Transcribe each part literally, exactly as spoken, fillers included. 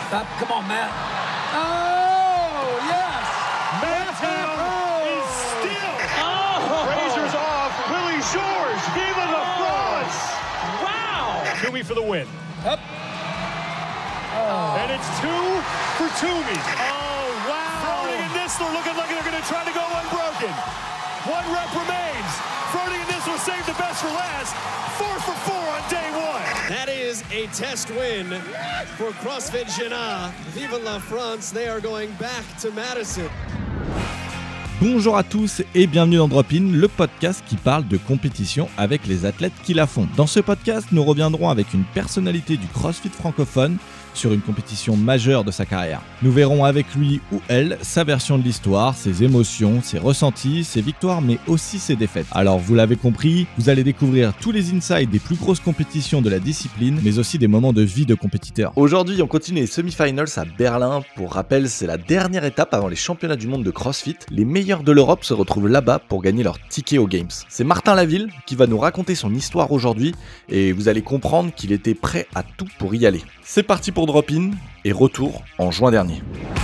Up, come on, Matt. Oh, yes! Mantown is still. Oh! Razors off. Willie George. Viva la France. Wow! Toomey for the win. Up. Oh. And it's two for Toomey. Oh, wow! Froning and Nistler looking like they're going to try to go unbroken. One rep remains. Froning and Nistler saved the best for last. Four for four on day one. That is a test win for CrossFit Jena. Vive la France. They are going back to Madison. Bonjour à tous et bienvenue dans Drop In, le podcast qui parle de compétition avec les athlètes qui la font. Dans ce podcast, nous reviendrons avec une personnalité du CrossFit francophone sur une compétition majeure de sa carrière. Nous verrons avec lui ou elle sa version de l'histoire, ses émotions, ses ressentis, ses victoires, mais aussi ses défaites. Alors vous l'avez compris, vous allez découvrir tous les insights des plus grosses compétitions de la discipline, mais aussi des moments de vie de compétiteurs. Aujourd'hui, on continue les semi-finals à Berlin. Pour rappel, c'est la dernière étape avant les championnats du monde de CrossFit. Les meilleurs de l'Europe se retrouvent là-bas pour gagner leur ticket aux Games. C'est Martin Laville qui va nous raconter son histoire aujourd'hui et vous allez comprendre qu'il était prêt à tout pour y aller. C'est parti pour Drop In et retour en juin dernier.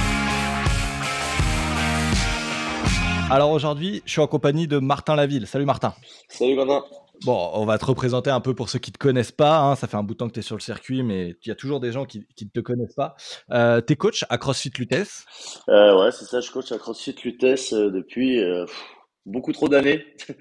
Alors aujourd'hui, je suis en compagnie de Martin Laville. Salut Martin. Salut Quentin. Bon, on va te représenter un peu pour ceux qui ne te connaissent pas. Hein. Ça fait un bout de temps que tu es sur le circuit, mais il y a toujours des gens qui ne te connaissent pas. Euh, tu es coach à CrossFit Lutèce. Euh, ouais, c'est ça, je coach à CrossFit Lutèce euh, depuis euh, pff, beaucoup trop d'années.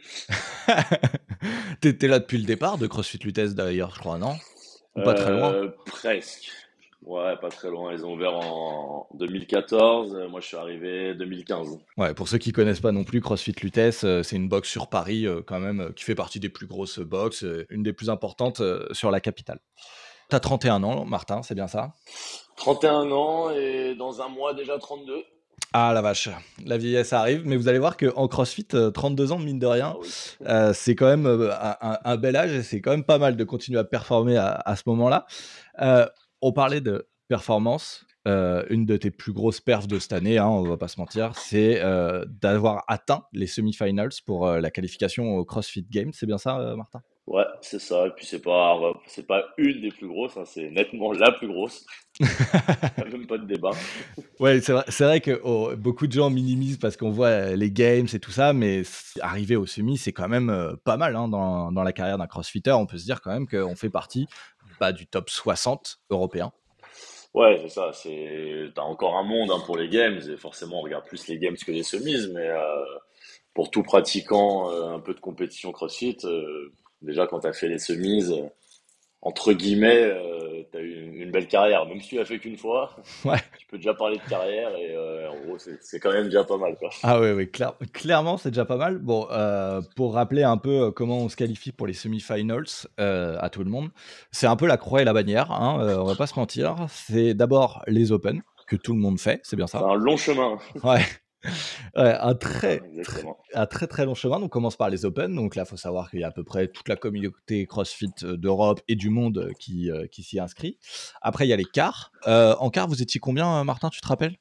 Tu étais là depuis le départ de CrossFit Lutèce d'ailleurs, je crois, non? Ou pas très loin? Euh, presque. Ouais, pas très loin. Ils ont ouvert en deux mille quatorze. euh, Moi, je suis arrivé deux mille quinze. Ouais, pour ceux qui connaissent pas non plus, CrossFit Lutèce, euh, c'est une box sur Paris euh, quand même, euh, qui fait partie des plus grosses box, euh, une des plus importantes euh, sur la capitale. T'as trente et un ans, Martin, c'est bien ça? trente et un ans et dans un mois déjà trente-deux. Ah la vache, la vieillesse arrive, mais vous allez voir qu'en CrossFit, euh, trente-deux ans, mine de rien, Ah oui. euh, c'est quand même euh, un, un- un bel âge et c'est quand même pas mal de continuer à performer à, à ce moment-là. Euh, on parlait de performance. Euh, une de tes plus grosses perfs de cette année, hein, on va pas se mentir, c'est euh, d'avoir atteint les semi-finals pour euh, la qualification au CrossFit Games. C'est bien ça, euh, Martin? Ouais, c'est ça. Et puis c'est pas, c'est pas une des plus grosses, hein, c'est nettement la plus grosse. Il n'y a même pas de débat. Ouais, c'est vrai, c'est vrai que oh, beaucoup de gens minimisent parce qu'on voit euh, les games et tout ça, mais c- arriver au semi, c'est quand même euh, pas mal hein, dans, dans la carrière d'un crossfitter. On peut se dire quand même qu'on fait partie bah, du top soixante européen. Ouais, c'est ça. C'est, t'as encore un monde hein, pour les games. Et forcément, on regarde plus les games que les semis, mais euh, pour tout pratiquant euh, un peu de compétition CrossFit, euh, déjà quand tu as fait les semis, euh, entre guillemets, euh, tu as eu une, une belle carrière. Même si tu l'as fait qu'une fois, Ouais. tu peux déjà parler de carrière et euh, en gros, c'est c'est quand même déjà pas mal, quoi. Ah oui, oui, clair- clairement, c'est déjà pas mal. Bon, euh, pour rappeler un peu euh, comment on se qualifie pour les semi-finals euh, à tout le monde, c'est un peu la croix et la bannière, hein, euh, on va pas se mentir. C'est d'abord les Open, que tout le monde fait, c'est bien C'est ça? un long chemin. Ouais. Ouais, un très, très, Exactement. un très très long chemin. Donc, on commence par les Open. Donc là, il faut savoir qu'il y a à peu près toute la communauté CrossFit euh, d'Europe et du monde euh, qui, euh, qui s'y inscrit. Après, il y a les quarts. Euh, en quart, vous étiez combien, euh, Martin, tu te rappelles?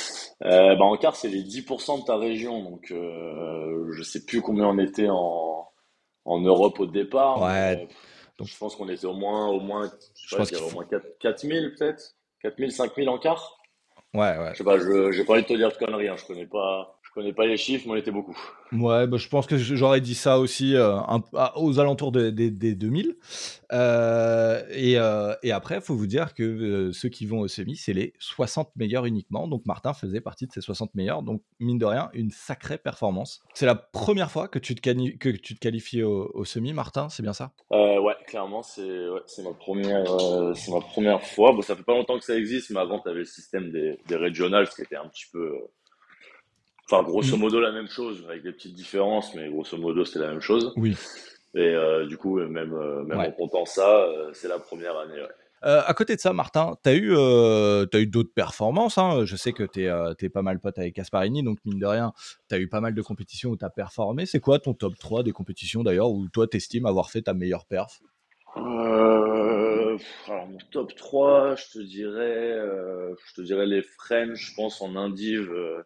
Euh, bah, en quart, c'est les dix pour cent de ta région. Donc, euh, je sais plus combien on était en, en Europe au départ, Ouais, mais donc je pense qu'on était au moins, au moins, je je sais pas, pense je dirais qu'il au faut. moins quatre quatre mille peut-être. quatre mille, cinq mille en quart. Ouais, ouais. Je sais pas, je j'ai pas envie de te dire de conneries, hein. Je connais pas, je connais pas les chiffres, mais on était beaucoup. Ouais, bah, je pense que j'aurais dit ça aussi euh, un- à- aux alentours de- des des deux mille. Euh, et, euh, et après, il faut vous dire que euh, ceux qui vont au semi, c'est les soixante meilleurs uniquement. Donc Martin faisait partie de ces soixante meilleurs. Donc mine de rien, une sacrée performance. C'est la première fois que tu te, quali- que tu te qualifies au, au semi, Martin, c'est bien ça? Euh, ouais, clairement, c'est ouais, c'est ma première, euh, c'est ma première fois. Bon, ça fait pas longtemps que ça existe, mais avant, tu avais le système des, des regionals, qui était un petit peu, euh, enfin, grosso Mm. modo la même chose, avec des petites différences, mais grosso modo, c'était la même chose. Oui, Et euh, du coup, euh, même, euh, même en ouais. comptant ça, euh, c'est la première année, ouais. Euh, à côté de ça, Martin, tu as eu, euh, t'as eu d'autres performances. Hein. Je sais que tu es pas mal pote avec Gasparini, donc mine de rien, tu as eu pas mal de compétitions où tu as performé. C'est quoi ton top trois des compétitions d'ailleurs où toi t'estimes avoir fait ta meilleure perf? Euh, alors, mon top trois, je te dirais, euh, je te dirais les French, je pense, en Indiv euh,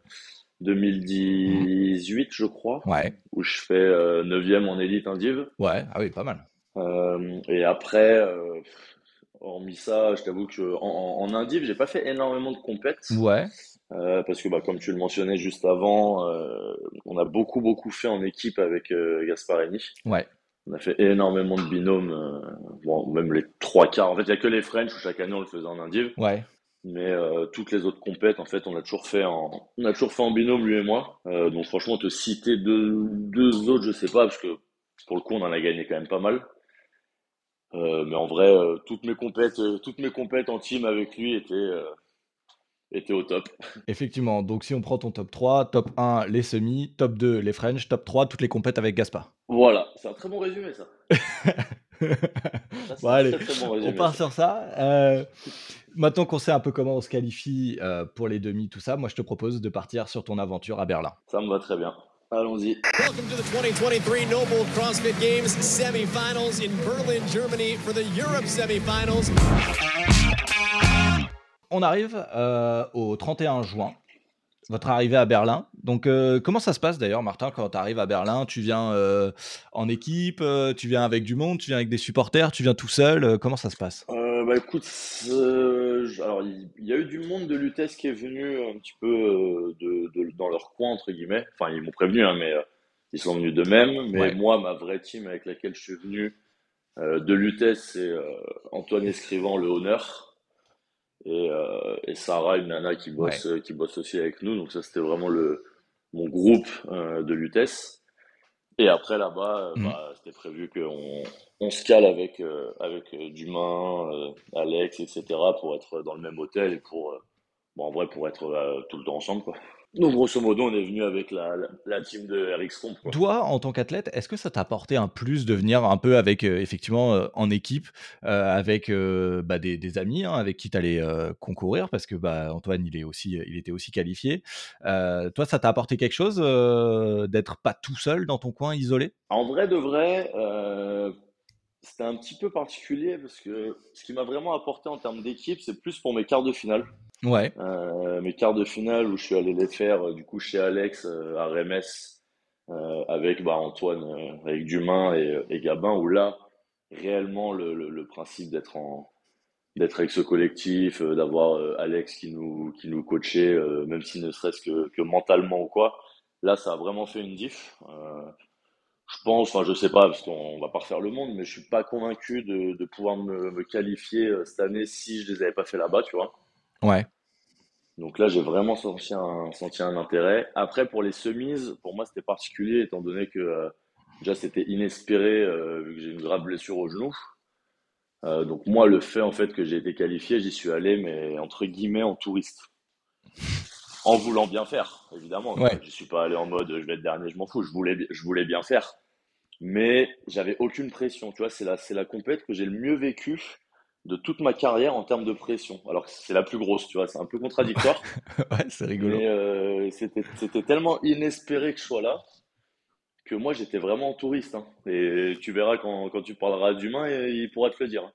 Mhm. deux mille dix-huit, je crois, Ouais, où je fais euh, neuvième en élite Indiv. ouais, ah oui, pas mal. Euh, et après, euh, hormis ça, je t'avoue que en, en, en indiv, j'ai pas fait énormément de compètes. Ouais, Euh, parce que bah, comme tu le mentionnais juste avant, euh, on a beaucoup beaucoup fait en équipe avec euh, Gasparini. ouais, On a fait énormément de binômes, euh, bon, même les trois quarts. En fait, il y a que les French où chaque année on le faisait en indiv, ouais. mais euh, toutes les autres compètes, en fait, on a toujours fait en, on a toujours fait en binôme lui et moi. Euh, donc franchement, te citer deux, deux autres, je sais pas, parce que pour le coup, on en a gagné quand même pas mal. Euh, mais en vrai, euh, toutes mes compètes, euh, toutes mes compètes en team avec lui étaient, euh, étaient au top. Effectivement. Donc, si on prend ton top trois, top un, les semis, top deux, les French, top trois, toutes les compètes avec Gaspard. Voilà, c'est un très bon résumé ça. Ça, Bon, c'est un allez, très très bon on résumé part ça. sur ça. Euh, maintenant qu'on sait un peu comment on se qualifie euh, pour les demi, tout ça, moi je te propose de partir sur ton aventure à Berlin. Ça me va très bien. Allons-y. Welcome to the twenty twenty-three Noble CrossFit Games semifinals in Berlin, Germany for the Europe semifinals. On arrive euh, au trente et un juin, votre arrivée à Berlin. Donc, euh, comment ça se passe d'ailleurs, Martin, quand tu arrives à Berlin? Tu viens euh, en équipe, euh, tu viens avec du monde, tu viens avec des supporters, tu viens tout seul, euh, comment ça se passe? Euh, bah écoute, euh, j- alors il il y, a eu du monde de l'U T E S qui est venu un petit peu euh, de, de- dans leur coin entre guillemets. Enfin, ils m'ont prévenu, hein, mais euh, ils sont venus d'eux-mêmes. Mais Ouais, moi, ma vraie team avec laquelle je suis venu euh, de l'U T E S, c'est euh, Antoine Escrivant, le honneur, et, euh, et Sarah, une nana qui ouais. bosse qui bosse aussi avec nous. Donc ça, c'était vraiment le mon groupe euh, de l'U T E S. Et après là-bas, euh, Mhm. bah, c'était prévu qu'on on se cale avec euh, avec euh, Dumain, euh, Alex, et cetera pour être dans le même hôtel et pour euh, bon, en vrai pour être euh, tout le temps ensemble quoi. Donc grosso modo, on est venu avec la, la, la team de R X Comp quoi. Toi, en tant qu'athlète, est-ce que ça t'a apporté un plus de venir un peu avec, heu, effectivement, heu, en équipe, heu, avec, heu, bah, des des amis, hein, avec qui tu allais, concourir? Parce que, bah, Antoine, il est aussi, il était aussi qualifié. Heu, toi, ça t'a apporté quelque chose, heu, d'être pas tout seul dans ton coin isolé? En vrai de vrai, euh, c'était un petit peu particulier parce que ce qui m'a vraiment apporté en termes d'équipe, c'est plus pour mes quarts de finale. Ouais, Euh, mes quarts de finale où je suis allé les faire euh, du coup chez Alex euh, à Reims euh, avec bah, Antoine, euh, avec Dumain et, et Gabin, où là, réellement, le, le, le principe d'être en d'être avec ce collectif, euh, d'avoir euh, Alex qui nous qui nous coachait, euh, même si ne serait-ce que, que mentalement ou quoi, là, ça a vraiment fait une diff. Euh, je pense, enfin, je sais pas, parce qu'on va pas refaire le monde, mais je suis pas convaincu de, de pouvoir me, me qualifier euh, cette année si je les avais pas fait là-bas, tu vois. ouais, Donc là, j'ai vraiment senti un, senti un intérêt. Après, pour les semis, pour moi, c'était particulier, étant donné que euh, déjà, c'était inespéré, euh, vu que j'ai une grave blessure au genou. Euh, donc moi, le fait en fait que j'ai été qualifié, j'y suis allé, mais entre guillemets, en touriste. En voulant bien faire, évidemment. Tu vois. ouais. J'y suis pas allé en mode je vais être dernier, je m'en fous. Je voulais, bi- je voulais bien faire. Mais j'avais aucune pression. Tu vois, c'est la, c'est la compète que j'ai le mieux vécu de toute ma carrière en termes de pression. Alors que c'est la plus grosse, tu vois, c'est un peu contradictoire. Ouais, c'est rigolo. Mais euh, c'était c'était tellement inespéré que je sois là que moi j'étais vraiment touriste. Hein. Et tu verras quand, quand tu parleras d'humain, et il pourra te le dire. Hein.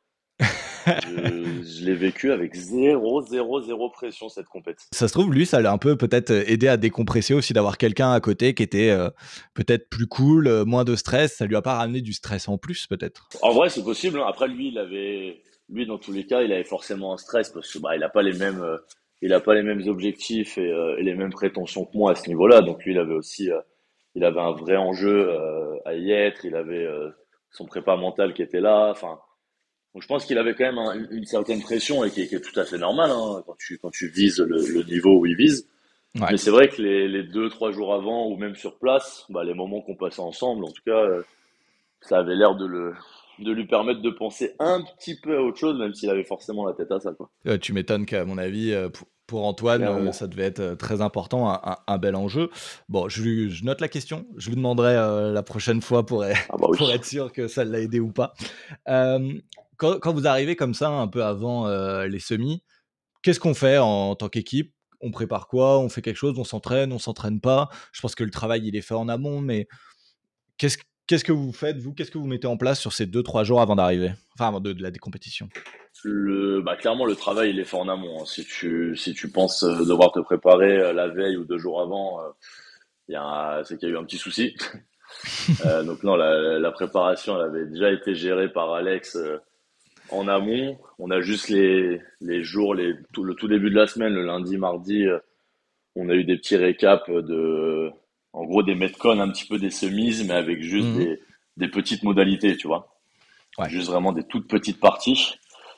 Je, je l'ai vécu avec zéro, zéro, zéro pression cette compète. Ça se trouve, lui, ça l'a un peu peut-être, heu, aidé à décompresser aussi d'avoir quelqu'un à côté qui était, heu, peut-être plus cool, heu, moins de stress. Ça lui a pas ramené du stress en plus peut-être? En vrai, c'est possible. Hein. Après, lui, il avait, lui, dans tous les cas, il avait forcément un stress parce que bah, il a pas les mêmes, euh, il a pas les mêmes objectifs et, euh, et les mêmes prétentions que moi à ce niveau-là. Donc lui, il avait aussi, euh, il avait un vrai enjeu euh, à y être. Il avait euh, son prépa mental qui était là. Enfin, donc je pense qu'il avait quand même un- une certaine pression et qui est, qui est tout à fait normal hein, quand tu quand tu vises le, le niveau où il vise. Ouais. Mais c'est vrai que les, les deux trois jours avant ou même sur place, bah, les moments qu'on passait ensemble, en tout cas, euh, ça avait l'air de le de lui permettre de penser un petit peu à autre chose, même s'il avait forcément la tête à ça, quoi. Heu, tu m'étonnes qu'à mon avis, heu, pour pour Antoine, heu, Clairement. ça devait être, heu, très important, un un un bel enjeu. Bon, je lui je note la question, je lui demanderai, heu, la prochaine fois pour e Ah bah oui. pour être sûr que ça l'a aidé ou pas. Hem, quand quand vous arrivez comme ça, un peu avant, heu, les semis, qu'est-ce qu'on fait en tant qu'équipe? On prépare quoi? On fait quelque chose? On s'entraîne? On s'entraîne pas? Je pense que le travail, il est fait en amont, mais qu'est-ce qu'est-ce que vous faites, vous? Qu'est-ce que vous mettez en place sur ces deux trois jours avant d'arriver? Enfin, avant de de la des compétitions? Le, bah clairement le travail il est fait en amont. Hein. Si tu si tu penses euh, devoir te préparer euh, la veille ou deux jours avant, euh, il y a un- c'est qu'il y a eu un petit souci. Euh, donc non, la, la préparation elle avait déjà été gérée par Alex euh, en amont. On a juste les, les jours, les, tout, le tout début de la semaine, le lundi, mardi, euh, on a eu des petits récaps de, en gros, des metcon un petit peu des semis, mais avec juste Mhm. des, des petites modalités, tu vois. Ouais. Juste vraiment des toutes petites parties.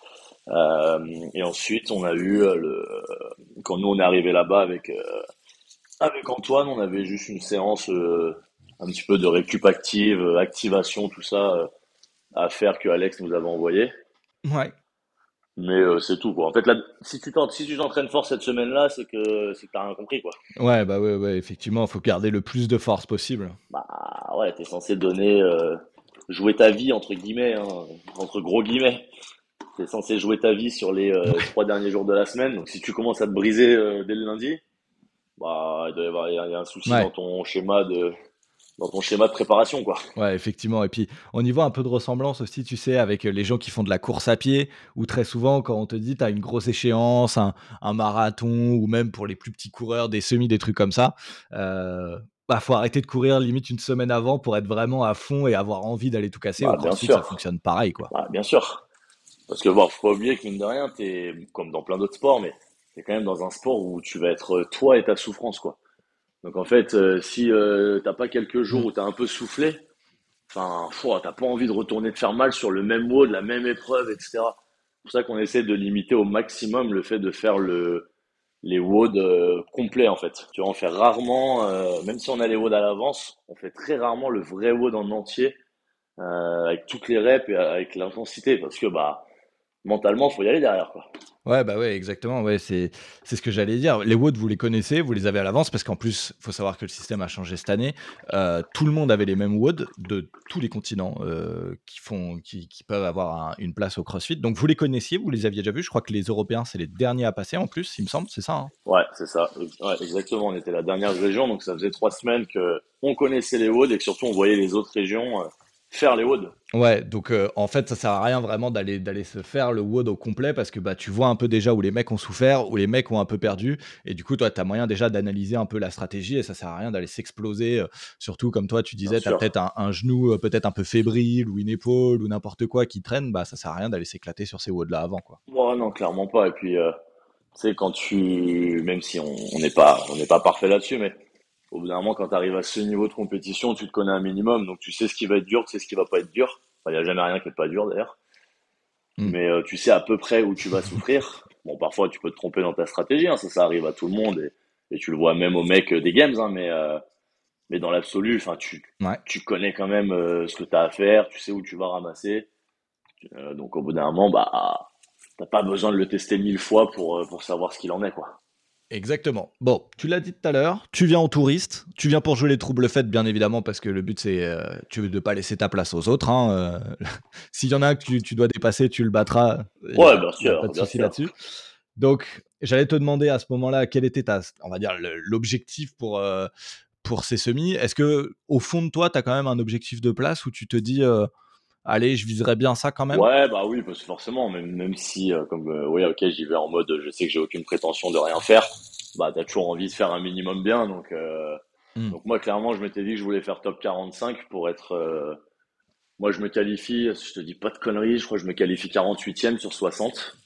Euh, et ensuite, on a eu euh, le, quand nous on est arrivé là-bas avec euh, avec Antoine, on avait juste une séance euh, un petit peu de récup active, euh, activation, tout ça euh, à faire que Alex nous avait envoyé. Ouais. Mais euh, c'est tout quoi. En fait, là, si tu t'en- si tu t'entraînes fort cette semaine-là, c'est que c'est que t'as rien compris quoi. Ouais, bah ouais, ouais, effectivement, il faut garder le plus de force possible. Bah ouais, t'es censé donner euh, jouer ta vie entre guillemets, hein, entre gros guillemets. T'es censé jouer ta vie sur les euh, trois derniers jours de la semaine. Donc si tu commences à te briser euh, dès le lundi, bah il doit y avoir il y a, il y a un souci dans Ouais. ton schéma de dans ton schéma de préparation quoi. Ouais, effectivement. Et puis, on y voit un peu de ressemblance aussi, tu sais, avec euh, les gens qui font de la course à pied, où très souvent, quand on te dit, tu as une grosse échéance, un, un marathon, ou même pour les plus petits coureurs, des semis, des trucs comme ça, euh, bah, faut arrêter de courir limite une semaine avant pour être vraiment à fond et avoir envie d'aller tout casser. Au Bah bien CrossFit, ça sûr, fonctionne pareil, quoi. bah bien sûr. Parce que bon, faut pas oublier que mine de rien, t'es comme dans plein d'autres sports, mais t'es quand même dans un sport où tu vas être euh, toi et ta souffrance quoi. Donc en fait, euh, si euh, t'as pas quelques jours Mm. où t'as un peu soufflé, enfin, pfouah, t'as pas envie de retourner te faire mal sur le même mot, de la même épreuve, et cetera. C'est pour ça qu'on essaie de limiter au maximum le fait de faire le les W O D euh, complets en fait. Tu vois, on fait rarement, euh, même si on a les W O D à l'avance, on fait très rarement le vrai W O D en entier euh, avec toutes les reps et avec l'intensité parce que bah mentalement faut y aller derrière quoi. Ouais, bah ouais, exactement. Ouais, c'est c'est ce que j'allais dire. Les W O D, vous les connaissez, vous les avez à l'avance, parce qu'en plus, faut savoir que le système a changé cette année. Euh, tout le monde avait les mêmes W O D de tous les continents euh, qui font, qui, qui peuvent avoir un- une place au CrossFit. Donc vous les connaissiez, vous les aviez déjà vus. Je crois que les Européens, c'est les derniers à passer en plus, il me semble, c'est ça, hein. Ouais, c'est ça. Ouais, exactement. On était la dernière région, donc ça faisait trois semaines que on connaissait les W O D et que surtout on voyait les autres régions euh, faire les W O D. Ouais, donc euh, en fait, ça sert à rien vraiment d'aller d'aller se faire le W O D au complet, parce que bah tu vois un peu déjà où les mecs ont souffert, où les mecs ont un peu perdu, et du coup toi tu as moyen déjà d'analyser un peu la stratégie, et ça sert à rien d'aller s'exploser, euh, surtout comme toi tu Bien disais, tu as sûr. peut-être un, un genou euh, peut-être un peu fébrile, ou une épaule ou n'importe quoi qui traîne, bah ça sert à rien d'aller s'éclater sur ces W O D là avant, quoi. Ouais, non, clairement pas. Et puis, euh, tu sais, quand tu, même si on on n'est pas, on n'est pas parfait là-dessus, mais au bout d'un moment, quand tu arrives à ce niveau de compétition, tu te connais un minimum, donc tu sais ce qui va être dur, tu sais ce qui va pas être dur. Enfin, il y a jamais rien qui est pas dur d'ailleurs, Hmm. mais euh, tu sais à peu près où tu vas souffrir. Bon, parfois tu peux te tromper dans ta stratégie, hein, ça, ça arrive à tout le monde et, et tu le vois même aux mecs euh, des games, hein, mais euh, mais dans l'absolu, enfin, tu Ouais. tu connais quand même euh, ce que tu as à faire, tu sais où tu vas ramasser. Euh, donc au bout d'un moment, bah, t'as pas besoin de le tester mille fois pour euh, pour savoir ce qu'il en est, quoi. Exactement. Bon, tu l'as dit tout à l'heure, tu viens en touriste, tu viens pour jouer les troubles faites, bien évidemment, parce que le but c'est euh, tu veux de pas laisser ta place aux autres, hein, euh, s'il y en a un que tu, tu dois dépasser, tu le battras. Il y Ouais, a, bien y a pas sûr, de bien souci sûr. là-dessus. Donc, j'allais te demander à ce moment-là quel était ta, on va dire, le- l'objectif pour euh, pour ces semis. Est-ce que au fond de toi, tu as quand même un objectif de place où tu te dis, euh, allez, je viserais bien ça quand même? Ouais, bah oui, parce que forcément, même, même si, euh, comme, euh, oui, ok, j'y vais en mode, euh, je sais que j'ai aucune prétention de rien faire, bah, t'as toujours envie de faire un minimum bien, donc, euh, Hmm. donc moi, clairement, je m'étais dit que je voulais faire top quarante-cinq pour être, euh, moi, je me qualifie, je te dis pas de conneries, je crois que je me qualifie quarante-huitième sur soixante.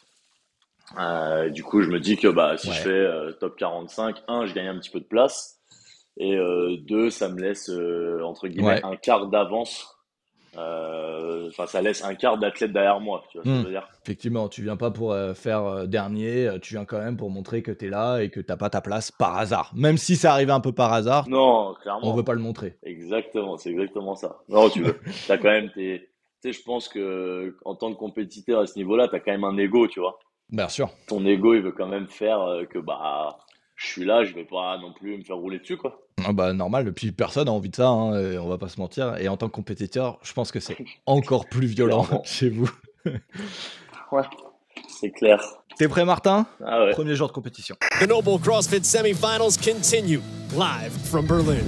Euh, du coup, je me dis que, bah, si je fais Ouais. euh, top quarante-cinq, un, je gagne un petit peu de place, et euh, deux, ça me laisse, euh, entre guillemets, Ouais. un quart d'avance. Euh, Enfin, ça laisse un quart d'athlète derrière moi, tu vois ce que Hmm. je veux dire? Effectivement, tu viens pas pour euh, faire euh, dernier, euh, tu viens quand même pour montrer que tu es là et que t'as pas ta place par hasard. Même si ça arrive un peu par hasard, Non, on veut clairement. pas le montrer. Exactement, c'est exactement ça. Non, tu veux. T'as quand même tes. Tu sais, je pense que en tant que compétiteur à ce niveau-là, t'as quand même un ego, tu vois. Bien sûr. Ton ego, il veut quand même faire euh, que bah, je suis là, je vais pas non plus me faire rouler dessus, quoi. Ah bah normal, puis personne a envie de ça, hein, et on va pas se mentir. Et en tant que compétiteur, je pense que c'est encore plus violent Clairement. chez vous. Ouais, c'est clair. T'es prêt, Martin? Ah ouais. Premier jour de compétition. The Noble CrossFit semifinals continue live from Berlin.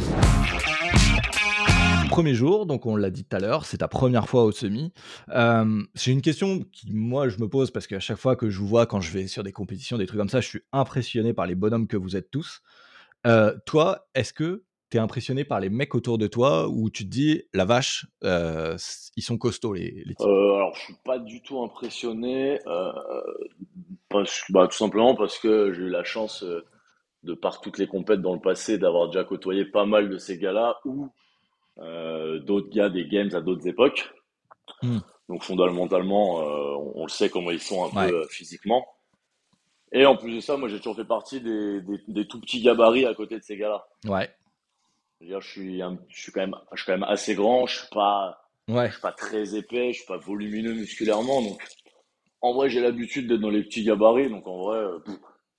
Premier jour, donc on l'a dit tout à l'heure, c'est ta première fois au semi. Euh, c'est une question qui, moi, je me pose parce qu'à chaque fois que je vous vois, quand je vais sur des compétitions, des trucs comme ça, je suis impressionné par les bonhommes que vous êtes tous. Euh, toi, est-ce que tu es impressionné par les mecs autour de toi ou tu te dis: «La vache, heu, c ils sont costauds les les types»? Euh, alors, je suis pas du tout impressionné, euh, parce, bah, tout simplement parce que j'ai eu la chance, euh, de par toutes les compètes dans le passé, d'avoir déjà côtoyé pas mal de ces gars-là ou euh, d'autres gars des games à d'autres époques. Mmh. Donc fondamentalement, euh, on, on le sait comment ils sont un Ouais, peu euh, physiquement. Et en plus de ça, moi j'ai toujours fait partie des, des, des tout petits gabarits à côté de ces gars-là. ouais, Je veux dire, je suis, un- je suis quand même, je suis quand même assez grand. Je suis pas, je ouais. suis pas très épais. Je suis pas volumineux musculairement. Donc en vrai, j'ai l'habitude d'être dans les petits gabarits. Donc en vrai, euh, pff,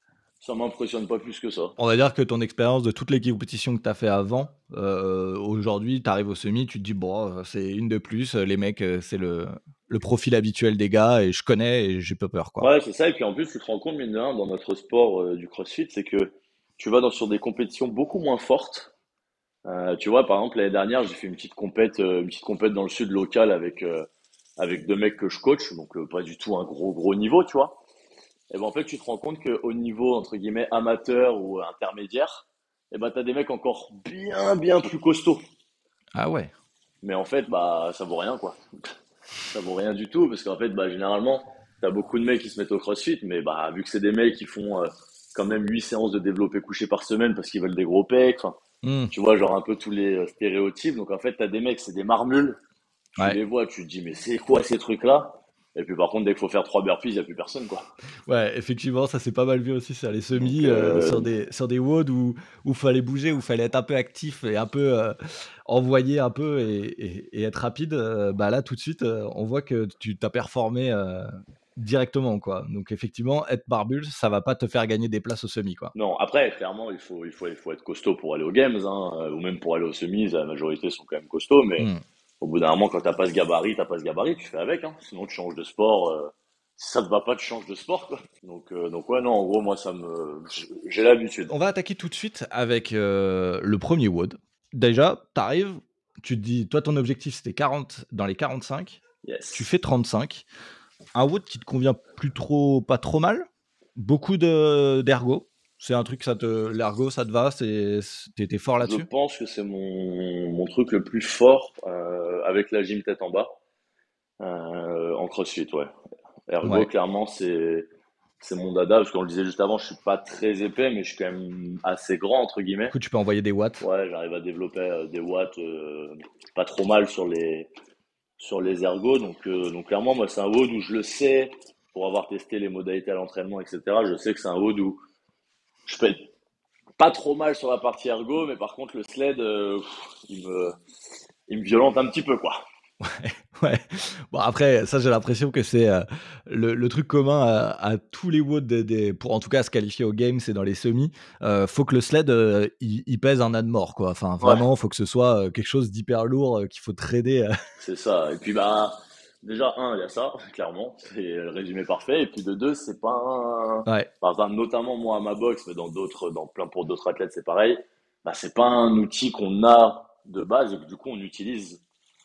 ça m'impressionne pas plus que ça. On va dire que ton expérience de toutes les compétitions que tu as fait avant, heu, aujourd'hui, tu arrives au semi, tu te dis: «Bon, heu, c'est une de plus, heu, les mecs, heu, c'est le le profil habituel des gars et je connais et j'ai pas peur, quoi». Ouais, c'est ça. Et puis en plus, tu te rends compte, mine de rien, dans notre sport euh, du CrossFit, c'est que tu vas dans, sur des compétitions beaucoup moins fortes. Euh, tu vois, par exemple, l'année dernière, j'ai fait une petite compète, euh, une petite compète dans le sud local avec, euh, avec deux mecs que je coach, donc euh, pas du tout un gros gros niveau, tu vois. Et ben en fait, tu te rends compte qu'au niveau entre guillemets amateur ou intermédiaire, et ben t'as des mecs encore bien bien plus costauds. Ah ouais, Mais en fait, bah ça vaut rien quoi. Ça vaut rien du tout parce qu'en fait, bah généralement, t'as beaucoup de mecs qui se mettent au CrossFit, mais bah vu que c'est des mecs qui font euh, quand même huit séances de développé couché par semaine parce qu'ils veulent des gros pecs, enfin, mmh, tu vois, genre un peu tous les euh, stéréotypes. Donc en fait, t'as des mecs, c'est des marmules. Tu ouais. les vois, tu te dis, mais c'est quoi ces trucs-là? Et puis par contre, dès qu'il faut faire trois burpees, il n'y a plus personne, quoi. Ouais, effectivement, ça c'est pas mal vu aussi sur les Donc, semis, heu, euh, sur des sur des W O D où où fallait bouger, où fallait être un peu actif et un peu, heu, envoyer un peu et et et être rapide, heu, bah, là tout de suite, heu, on voit que tu tu performé, heu, directement, quoi. Donc effectivement, être barbu, ça va pas te faire gagner des places au semi, quoi. non, après, clairement, il faut, il faut, il faut être costaud pour aller aux games, hein, euh, ou même pour aller aux semis, la majorité sont quand même costauds, mais Mmh. au bout d'un moment, quand t'as pas ce gabarit, t'as pas ce gabarit, tu fais avec, hein. Sinon, tu changes de sport. euh, si ça te va pas, tu changes de sport, quoi. Donc, euh, donc ouais, non, en gros, moi, ça me, j'ai l'habitude. On va attaquer tout de suite avec, heu, le premier W O D. Déjà, tu arrives, tu te dis toi ton objectif c'était quarante dans les quarante-cinq, tu Yes. fais trente-cinq. Un W O D qui te convient plus trop pas trop mal, beaucoup de d'ergo. C'est un truc ça te l'ergo ça te va, c'est c tu étais fort Je là-dessus? pense que c'est mon, mon truc le plus fort euh, avec la gym tête en bas euh, en CrossFit, ouais. Ergo, Ouais. clairement, c'est c'est mon dada parce qu'on le disait juste avant, je suis pas très épais, mais je suis quand même assez grand entre Du guillemets. coup, tu peux envoyer des watts. Ouais, j'arrive à développer euh, des watts euh, pas trop mal sur les sur les ergos, donc euh, donc clairement, moi, c'est un W O D où je le sais pour avoir testé les modalités à l'entraînement, et cetera. Je sais que c'est un W O D où je peux être pas trop mal sur la partie ergo, mais par contre, le sled, euh, pff, il me il me violente un petit peu, quoi. Ouais. Bon après, ça j'ai l'impression que c'est, heu, le le truc commun à à tous les W O D des des pour en tout cas se qualifier aux games, c'est dans les semis, heu, faut que le sled, heu, il il pèse un âne mort, quoi. Enfin Ouais. vraiment, faut que ce soit, heu, quelque chose d'hyper lourd, heu, qu'il faut traîner, heu C'est ça. Et puis bah déjà un, il y a ça, clairement, c'est le résumé parfait. Et puis de deux, c'est pas un... ouais. Par exemple, notamment moi à ma boxe, mais dans d'autres, dans plein pour d'autres athlètes, c'est pareil. Bah c'est pas un outil qu'on a de base et que du coup on utilise.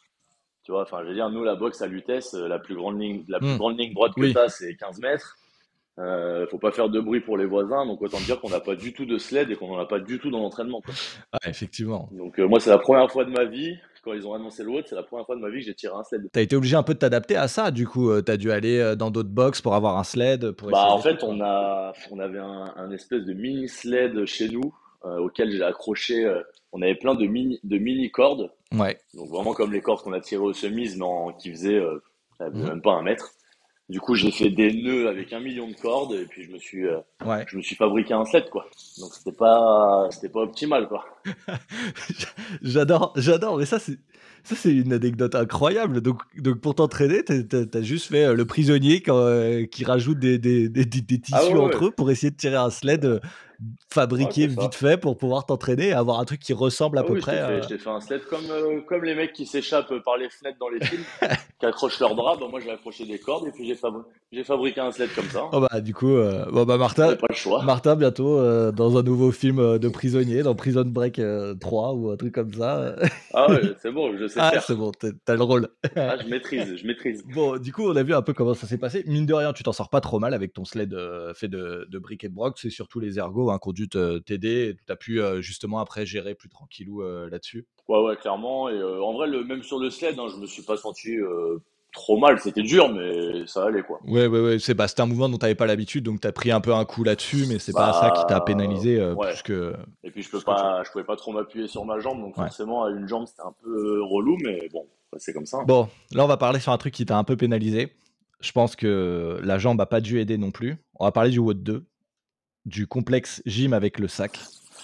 Tu vois, enfin je veux dire, nous la boxe à Lutèce, euh, la plus grande ligne, la plus Mmh. grande ligne droite que Oui. t'as, c'est quinze mètres. Euh, faut pas faire de bruit pour les voisins, donc autant dire qu'on n'a pas du tout de sled et qu'on en a pas du tout dans l'entraînement, quoi. Ouais, effectivement. Donc euh, moi c'est la première fois de ma vie, quand ils ont annoncé le WOD, c'est la première fois de ma vie que j'ai tiré un sled. Tu as été obligé un peu de t'adapter à ça, du coup, heu, tu as dû aller, heu, dans d'autres box pour avoir un sled, pour Bah essayer en des trucs, fait on quoi? a on avait un, un espèce de mini sled chez nous euh, auquel j'ai accroché. euh, on avait plein de mini de mini cordes, Ouais. donc vraiment comme les cordes qu'on a tirées aux semis, mais en, qui faisaient euh, ça faisait Mmh. même pas un mètre. Du coup j'ai fait des nœuds avec un million de cordes et puis je me suis euh, Ouais. je me suis fabriqué un sled quoi. Donc c'était pas c'était pas optimal quoi. J'adore, j'adore, mais ça c'est ça c'est une anecdote incroyable. Donc donc pour t'entraîner, tu as juste fait, heu, le prisonnier quand, heu, qui rajoute des des des des des Ah tissus ouais ouais, entre eux pour essayer de tirer un sled, heu, ouais fabriqué c'est vite ça. fait pour pouvoir t'entraîner et avoir un truc qui ressemble à Ah peu oui, je t'ai près, fait, heu je t'ai fait un sled comme, euh, comme les mecs qui s'échappent par les fenêtres dans les films, qui accrochent leurs draps. Bah, moi, j'ai accroché des cordes et puis j'ai fabri- j'ai fabriqué un sled comme ça. oh bah, du coup, heu, bon bah, J'avais Martin pas le choix. Martin bientôt, heu, dans un nouveau film, heu, de prisonnier, dans Prison Break, heu, trois ou un truc comme ça, Ah ouais, c'est bon, je sais ah c'est faire. bon, tu as le rôle. Ah, je maîtrise, je maîtrise. Bon, du coup, on a vu un peu comment ça s'est passé. Mine de rien, tu t'en sors pas trop mal avec ton sled, heu, fait de de briques et de broc. C'est surtout les ergots, un conduit te- t'aider et tu as pu euh, justement après gérer plus tranquillou euh, là-dessus. Ouais, ouais, clairement. Et euh, en vrai, le, même sur le sled, hein, je me suis pas senti euh, trop mal. C'était dur, mais ça allait, quoi. Ouais, ouais, ouais, c'est bah, c'était un mouvement dont tu n'avais pas l'habitude, donc tu as pris un peu un coup là-dessus, mais c'est pas ça qui t'a Bah, pénalisé euh, ouais. plus que Et puis je peux plus qu'autre chose. pas, je pouvais pas trop m'appuyer sur ma jambe, donc Ouais. forcément à une jambe c'était un peu euh, relou, mais bon, bah, c'est comme ça. Hein. Bon, là on va parler sur un truc qui t'a un peu pénalisé. Je pense que la jambe a pas dû aider non plus. On va parler du WOD deux, du complexe gym avec le sac.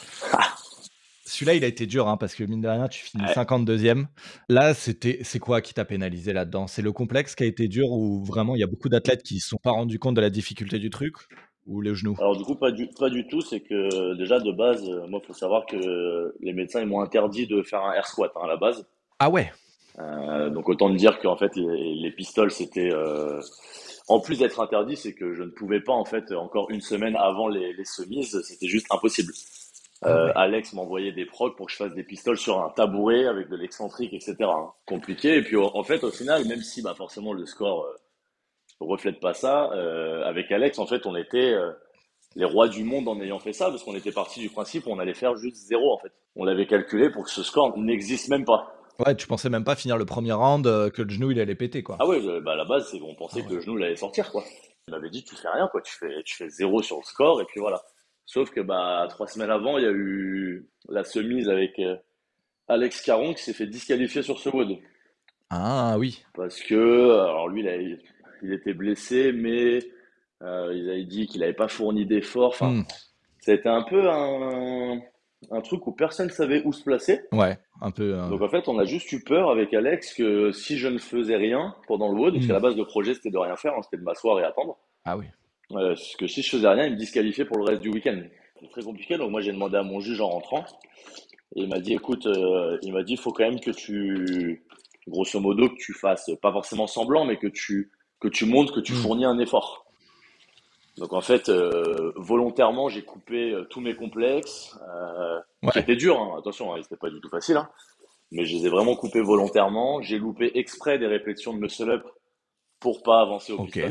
Celui-là, il a été dur, hein, parce que mine de rien, tu finis Ouais. cinquante-deuxième. Là, c'était, c'est quoi qui t'a pénalisé là-dedans? C'est le complexe qui a été dur ou vraiment il y a beaucoup d'athlètes qui se sont pas rendus compte de la difficulté du truc ou les genoux? Alors du coup pas du pas du tout, c'est que déjà de base, euh, moi faut savoir que les médecins ils m'ont interdit de faire un air squat hein, à la base. Ah ouais, Euh, donc autant te dire qu'en fait les, les pistoles c'était euh, en plus d'être interdit, c'est que je ne pouvais pas en fait encore une semaine avant les, les semises, c'était juste impossible. ah Euh, ouais. Alex m'envoyait des procs pour que je fasse des pistoles sur un tabouret avec de l'excentrique, et cetera. hein. Compliqué. Et puis au- en fait, au final, même si bah forcément le score euh, reflète pas ça, euh, avec Alex, en fait, on était euh, les rois du monde en ayant fait ça, parce qu'on était parti du principe où on allait faire juste zéro en fait. On l'avait calculé pour que ce score n'existe même pas. Ouais, tu pensais même pas finir le premier round, euh, que le genou il allait péter quoi. Ah ouais, je- bah à la base, c'est on Ah pensait que ouais. le genou il allait sortir quoi. Il m'avait dit tu fais rien quoi, tu fais tu fais zéro sur le score et puis voilà. Sauf que bah trois semaines avant, il y a eu la semise avec euh, Alex Caron qui s'est fait disqualifier sur ce WOD. Ah oui. Parce que, alors lui, il, a- il était blessé, mais euh, ils avaient dit qu'il n'avait pas fourni d'efforts. Enfin, Hmm. ça a été un peu un, un truc où personne ne savait où se placer. Ouais, un peu. euh, Donc en fait, on a juste eu peur avec Alex que si je ne faisais rien pendant le WOD, parce qu'à hmm. la base, le projet, c'était de rien faire, hein, c'était de m'asseoir et attendre. Ah oui. Euh, parce que si je faisais rien, il me disqualifiait pour le reste du week-end. C'est très compliqué, donc moi j'ai demandé à mon juge en rentrant. Et il m'a dit, écoute, euh, il m'a dit, il faut quand même que tu, grosso modo, que tu fasses, pas forcément semblant, mais que tu, que tu montres que tu Hmm. fournis un effort. Donc en fait, euh, volontairement, j'ai coupé euh, tous mes complexes, euh, qui Ouais. étaient durs, hein, attention, hein, c'était pas du tout facile, hein, mais je les ai vraiment coupés volontairement. J'ai loupé exprès des répétitions de muscle up pour pas avancer au Ok. pistol.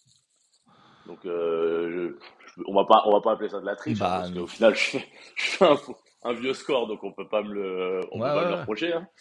Donc euh, je- je- on va pas, on va pas appeler ça de la triche, hein, Bah parce non. qu'au final, je fais, je fais un, faux- un vieux score, donc on peut pas me le, on Ouais, peut pas me ouais, le ouais. reprocher. Hein.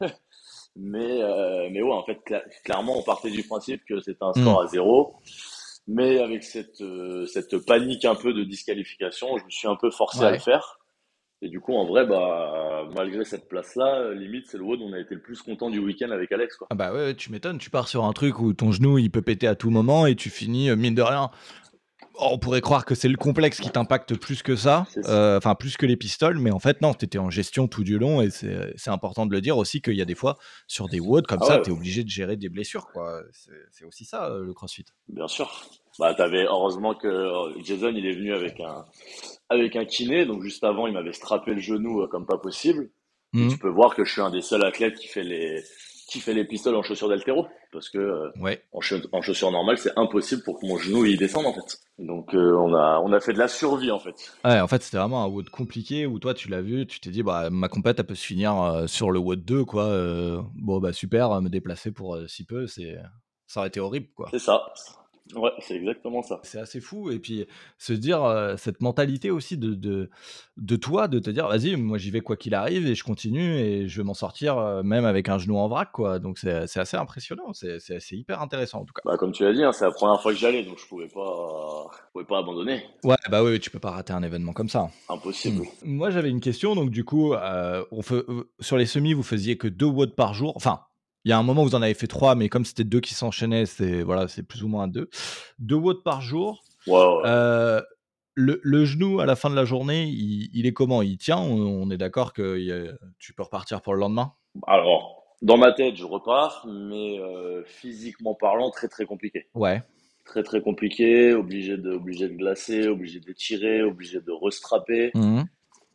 Mais, euh, mais ouais, en fait, cla- clairement, on partait du principe que c'était un Hmm. score à zéro. Mais avec cette, euh, cette panique un peu de disqualification, je me suis un peu forcé à le Ouais. faire. Et du coup, en vrai, bah, malgré cette place-là, euh, limite, c'est le WOD où on a été le plus content du week-end avec Alex, quoi. Ah bah ouais, ouais, tu m'étonnes. Tu pars sur un truc où ton genou il peut péter à tout moment et tu finis euh, mine de rien. Oh, on pourrait croire que c'est le complexe qui t'impacte plus que ça, C'est ça. euh, enfin plus que les pistoles, mais en fait non, tu étais en gestion tout du long et c'est c'est important de le dire aussi qu'il y a des fois sur des WOD comme Ah ça, ouais, tu es obligé de gérer des blessures quoi. C'est c'est aussi ça euh, le CrossFit. bien sûr. Bah, t'avais, heureusement que euh, Jason, il est venu avec un, avec un kiné. Donc, juste avant, il m'avait strappé le genou euh, comme pas possible. Et Mhm. tu peux voir que je suis un des seuls athlètes qui fait les, qui fait les pistoles en chaussures d'haltéro. Parce que, euh, Ouais. en, cha- en chaussures normales, c'est impossible pour que mon genou il descende, en fait. Donc, euh, on a, on a fait de la survie, en fait. Ouais, en fait, c'était vraiment un WOD compliqué où toi tu l'as vu, tu t'es dit bah ma compète elle peut se finir euh, sur le WOD deux quoi. euh, bon bah super, euh, me déplacer pour euh, si peu, c'est ça aurait été horrible quoi. C'est ça. Ouais, c'est exactement ça. C'est assez fou et puis se dire, heu, cette mentalité aussi de de de toi, de te dire: «Vas-y, moi j'y vais quoi qu'il arrive et je continue et je vais m'en sortir, heu, même avec un genou en vrac», quoi. Donc c'est c'est assez impressionnant, c'est c'est c'est hyper intéressant en tout cas. Bah, comme tu l'as dit, hein, c'est la première fois que j'allais, donc je pouvais pas, je pouvais pas abandonner. Ouais, bah, oui, oui, tu peux pas rater un événement comme ça. Mmh. Impossible. Moi j'avais une question donc du coup, heu, on fe heu, sur les semis, vous faisiez que deux watts par jour? Enfin, il y a un moment où vous en avez fait trois, mais comme c'était deux qui s'enchaînaient, c'est voilà, c'est plus ou moins deux. deux watts par jour. Ouais, ouais. Heu, le le genou à la fin de la journée, il il est comment? Il tient? On on est d'accord que y a tu peux repartir pour le lendemain? Alors, dans ma tête, je repars, mais euh, physiquement parlant, très très compliqué. Ouais. Très très compliqué, obligé de, obligé de glacer, obligé d'étirer, obligé de restrapper. Mmh.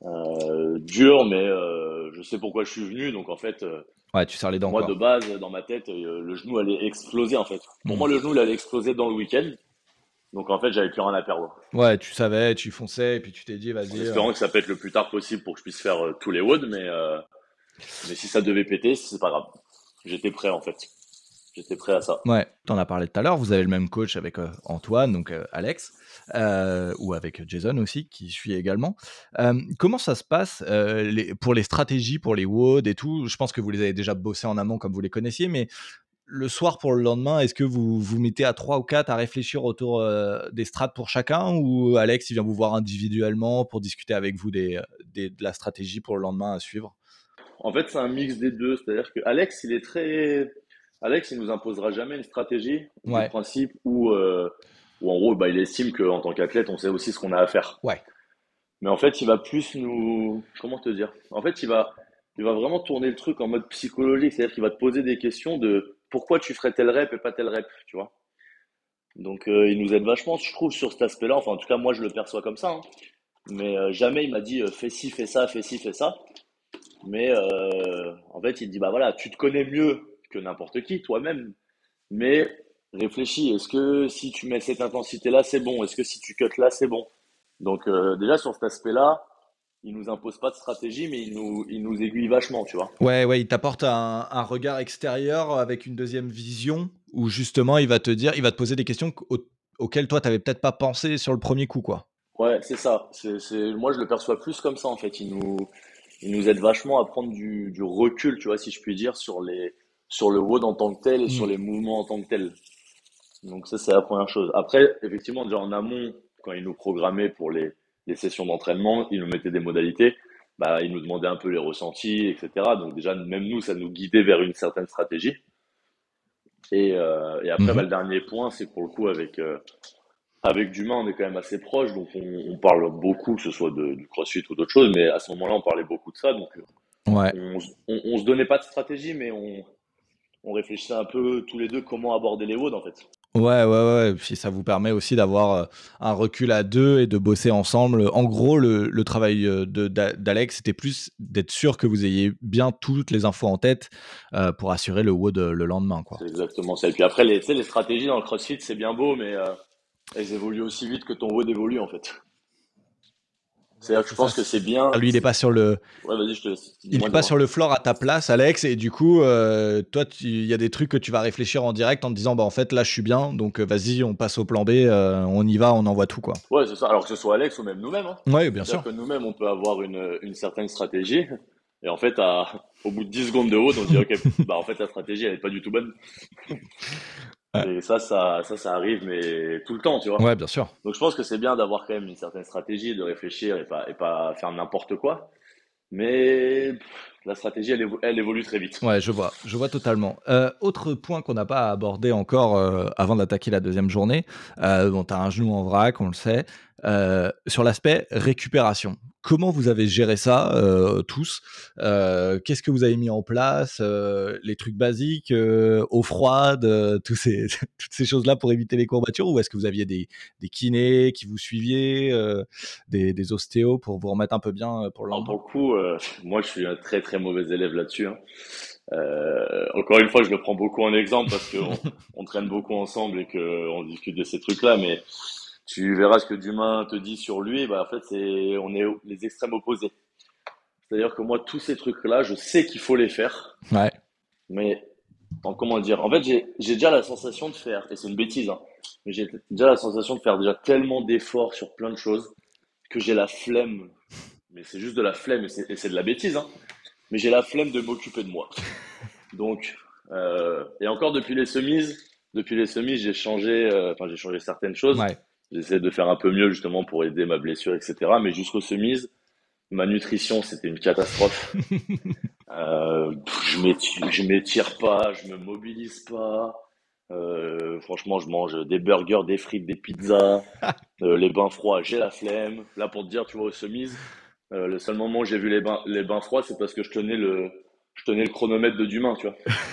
Euh, dur, mais euh, je sais pourquoi je suis venu. Donc en fait, euh, Ouais, tu serres les dents, moi de quoi. base, dans ma tête, euh, le genou allait exploser en fait. Pour Mmh. moi, le genou, il allait exploser dans le week-end. Donc en fait, j'avais plus rien à perdre. Ouais, tu savais, tu fonçais et puis tu t'es dit: En «Vas-y, heu» espérant que ça pète le plus tard possible pour que je puisse faire euh, tous les W O D, mais, euh, mais si ça devait péter, c'est pas grave. J'étais prêt en fait. j'étais prêt à ça. Ouais, tu en as parlé tout à l'heure, vous avez le même coach avec euh, Antoine, donc euh, Alex, euh, ou avec Jason aussi, qui suit également. Euh, comment ça se passe euh, les- pour les stratégies, pour les W O D et tout? Je pense que vous les avez déjà bossés en amont comme vous les connaissiez, mais le soir pour le lendemain, est-ce que vous vous mettez à trois ou quatre à réfléchir autour euh, des strats pour chacun, ou Alex il vient vous voir individuellement pour discuter avec vous des, des- de la stratégie pour le lendemain à suivre? En fait, c'est un mix des deux. C'est-à-dire que Alex, il est très. Alex, il nous imposera jamais une stratégie du Ouais, principe où, euh, où en gros, bah, il estime qu'en tant qu'athlète, on sait aussi ce qu'on a à faire. ouais, Mais en fait, il va plus nous. Comment te dire? En fait, il va, il va vraiment tourner le truc en mode psychologique. C'est-à-dire qu'il va te poser des questions de pourquoi tu ferais tel rep et pas tel rep, tu vois. Donc, euh, il nous aide vachement, je trouve, sur cet aspect-là. Enfin, en tout cas, moi, je le perçois comme ça, hein. Mais euh, jamais il m'a dit euh, fais ci, fais ça, fais ci, fais ça. Mais euh, en fait, il dit bah voilà, tu te connais mieux que n'importe qui, toi-même. Mais réfléchis, est-ce que si tu mets cette intensité-là, c'est bon? Est-ce que si tu cuts là, c'est bon? Donc euh, déjà sur cet aspect-là, il nous impose pas de stratégie, mais il nous, il nous aiguille vachement, tu vois. ouais, ouais, il t'apporte un, un regard extérieur avec une deuxième vision où justement il va te dire, il va te poser des questions au- auxquelles toi t'avais peut-être pas pensé sur le premier coup, quoi. Ouais, c'est ça. C'est, c'est, moi, je le perçois plus comme ça, en fait. Il nous, il nous aide vachement à prendre du, du recul, tu vois, si je puis dire, sur les, sur le W O D en tant que tel et sur Mm. les mouvements en tant que tel. Donc ça, c'est la première chose. Après, effectivement, déjà en amont, quand il nous programmait pour les, les sessions d'entraînement, il nous mettait des modalités, bah, il nous demandait un peu les ressentis, et cetera. Donc déjà, même nous, ça nous guidait vers une certaine stratégie. Et, euh, et après, bah, le Mhm. dernier point, c'est que pour le coup, avec, euh, avec Dumas, on est quand même assez proche, donc on, on parle beaucoup, que ce soit de, du CrossFit ou d'autres choses, mais à ce moment-là, on parlait beaucoup de ça. Donc euh, Ouais. on, se- on, on se donnait pas de stratégie, mais on, on réfléchissait un peu tous les deux comment aborder les W O D, en fait. Ouais, ouais, ouais. Puis ça vous permet aussi d'avoir euh, un recul à deux et de bosser ensemble. En gros, le, le travail euh, de, d'A- d'Alex, c'était plus d'être sûr que vous ayez bien toutes les infos en tête euh, pour assurer le W O D le lendemain, quoi. C'est exactement ça. Et puis après, les, tu sais, les stratégies dans le CrossFit, c'est bien beau, mais euh, elles évoluent aussi vite que ton W O D évolue, en fait. Ouais, C'est-à-dire que je c'est ça. pense que c'est- c'est bien. Lui, il est pas sur le, Ouais, vas-y, je te laisse. il Dis-moi, est pas dis-moi. sur le floor à ta place, Alex, et du coup, euh, toi, tu- il y a des trucs que tu vas réfléchir en direct en te disant, bah en fait, là, je suis bien, donc euh, vas-y, on passe au plan B, euh, on y va, on envoie tout, quoi. Ouais, c'est ça. Alors que ce soit Alex ou même nous-mêmes, hein. Ouais, bien C'est-à-dire sûr. que nous-mêmes, on peut avoir une, une certaine stratégie. Et en fait, à, au bout de dix secondes de W O D, on se dit, OK, bah, en fait, la stratégie, elle est pas du tout bonne. Ouais, Et ça, ça, ça, ça arrive, mais tout le temps, tu vois. ouais, bien sûr. Donc, je pense que c'est bien d'avoir quand même une certaine stratégie, de réfléchir et pas, et pas faire n'importe quoi. Mais pff, la stratégie, elle, évo- elle évolue très vite. Ouais, je vois, je vois totalement. Euh, autre point qu'on n'a pas abordé encore euh, avant d'attaquer la deuxième journée, euh, bon, tu as un genou en vrac, on le sait, euh, sur l'aspect récupération. Comment vous avez géré ça, euh, tous? Euh, Qu'est-ce que vous avez mis en place? Euh, les trucs basiques, euh, eau froide, euh, tous ces, toutes ces choses-là pour éviter les courbatures? Ou est-ce que vous aviez des, des kinés qui vous suiviez, euh, des, des ostéos pour vous remettre un peu bien euh, pour le Alors, pour lendemain? le coup, euh, moi, je suis un très très mauvais élève là-dessus, hein. Euh, encore une fois, je le prends beaucoup en exemple parce qu'on on traîne beaucoup ensemble et qu'on discute de ces trucs-là, mais tu verras ce que Dumas te dit sur lui, bah, en fait, c'est, on est les extrêmes opposés. C'est-à-dire que moi, tous ces trucs-là, je sais qu'il faut les faire, Ouais, mais en- comment dire? En fait, j'ai, j'ai déjà la sensation de faire, et c'est une bêtise, hein, mais j'ai déjà la sensation de faire déjà tellement d'efforts sur plein de choses que j'ai la flemme, mais c'est juste de la flemme et c'est, et c'est de la bêtise, hein, mais j'ai la flemme de m'occuper de moi. Donc, euh, et encore depuis les semis, depuis les semis, j'ai changé, euh, enfin j'ai changé certaines choses. ouais. J'essaie de faire un peu mieux justement pour aider ma blessure, et cetera. Mais jusqu'aux semis, ma nutrition c'était une catastrophe. Euh, pff, je m'étire, je m'étire pas, je me mobilise pas. Euh, franchement, je mange des burgers, des frites, des pizzas, euh, les bains froids, j'ai la flemme. Là, pour te dire, tu vois, aux semis, euh, le seul moment où j'ai vu les bains, les bains froids, c'est parce que je tenais le, je tenais le chronomètre de Dumas, tu vois.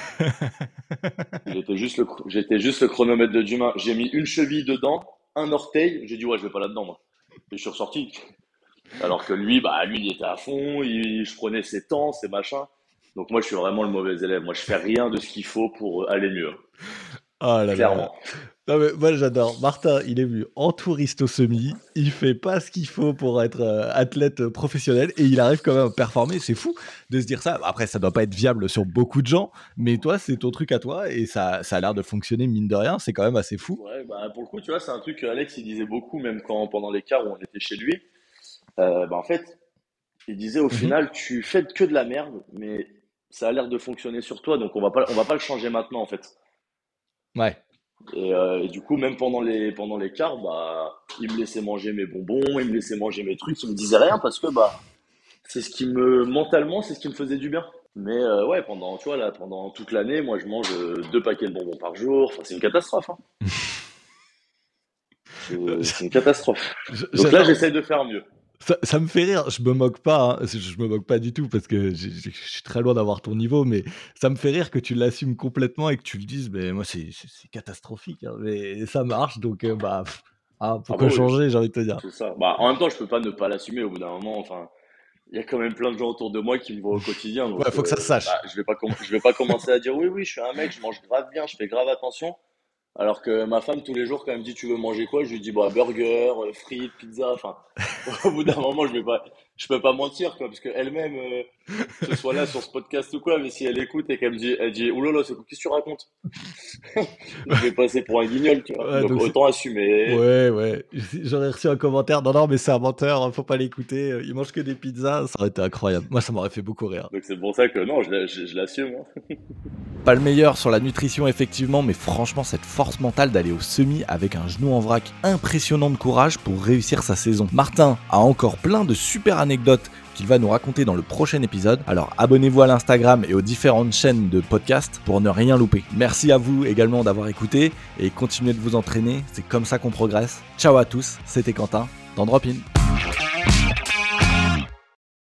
J'étais juste le, chro- j'étais juste le chronomètre de Dumas. J'ai mis une cheville dedans, un orteil. J'ai dit, ouais, je vais pas là-dedans, moi. Et je suis ressorti. Alors que lui, bah, lui, il était à fond. Il, je prenais ses temps, ses machins. Donc moi, je suis vraiment le mauvais élève. Moi, je fais rien de ce qu'il faut pour aller mieux. Oh là là. Clairement. Non mais moi j'adore. Martin, il est venu en touriste au semi, il fait pas ce qu'il faut pour être euh, athlète euh, professionnel et il arrive quand même à performer. C'est fou de se dire ça. Après, ça doit pas être viable sur beaucoup de gens, mais toi, c'est ton truc à toi et ça, ça a l'air de fonctionner mine de rien. C'est quand même assez fou. Ouais, bah, pour le coup, tu vois, c'est un truc que Alex, il disait beaucoup, même quand, pendant les quarts où on était chez lui. Euh, bah, en fait, il disait au Mhm. final, tu fais que de la merde, mais ça a l'air de fonctionner sur toi, donc on va pas, on va pas le changer maintenant, en fait. Ouais. Et, euh, et du coup, même pendant les, pendant les quarts, bah, il me laissait manger mes bonbons, il me laissait manger mes trucs, il me disait rien parce que, bah, c'est ce qui me, mentalement, c'est ce qui me faisait du bien. Mais euh, ouais, pendant, tu vois, là, pendant toute l'année, moi, je mange euh, deux paquets de bonbons par jour. Enfin, c'est une catastrophe, hein. C'est c'est une catastrophe. Donc là, J'adore. j'essaye de faire mieux. Ça, ça me fait rire, je me moque pas, hein. Je, je me moque pas du tout parce que j'ai- j'ai- je suis très loin d'avoir ton niveau, mais ça me fait rire que tu l'assumes complètement et que tu le dises, mais moi c'est c'est- c'est catastrophique, hein, mais ça marche, donc euh, bah, pff, ah, Ah bah pourquoi oui, changer, j'ai envie de te dire. c'est ça. Bah, en même temps, je peux pas ne pas l'assumer au bout d'un moment. Enfin, il y a quand même plein de gens autour de moi qui me voient au quotidien. Ouais, Donc, faut que ça se euh, bah, sache. je vais pas, comm- je vais pas commencer à dire oui, oui, je suis un mec, je mange grave bien, je fais grave attention. Alors que ma femme, tous les jours, quand elle me dit tu veux manger quoi, je lui dis bah burger, euh, frites, pizza. Enfin, au bout d'un moment, je vais pas, je peux pas mentir quoi, parce qu'elle-même, euh, que ce soit là sur ce podcast ou quoi, mais si elle écoute et qu'elle me dit, elle dit oulala, c'est quoi, qu'est-ce que tu racontes? Je vais passer pour un guignol, tu vois. Ouais, Donc donc c'est- autant assumer. ouais, ouais, j'aurais reçu un commentaire, non, non, mais c'est un menteur, hein, faut pas l'écouter, euh, il mange que des pizzas, ça aurait été incroyable. Moi, ça m'aurait fait beaucoup rire. Donc c'est pour ça que non, je, l'a- je, je l'assume, hein. Pas le meilleur sur la nutrition effectivement, mais franchement cette force mentale d'aller au semi avec un genou en vrac impressionnant de courage pour réussir sa saison. Martin a encore plein de super anecdotes qu'il va nous raconter dans le prochain épisode, alors abonnez-vous à l'Instagram et aux différentes chaînes de podcast pour ne rien louper. Merci à vous également d'avoir écouté et continuez de vous entraîner, c'est comme ça qu'on progresse. Ciao à tous, c'était Quentin dans Drop In.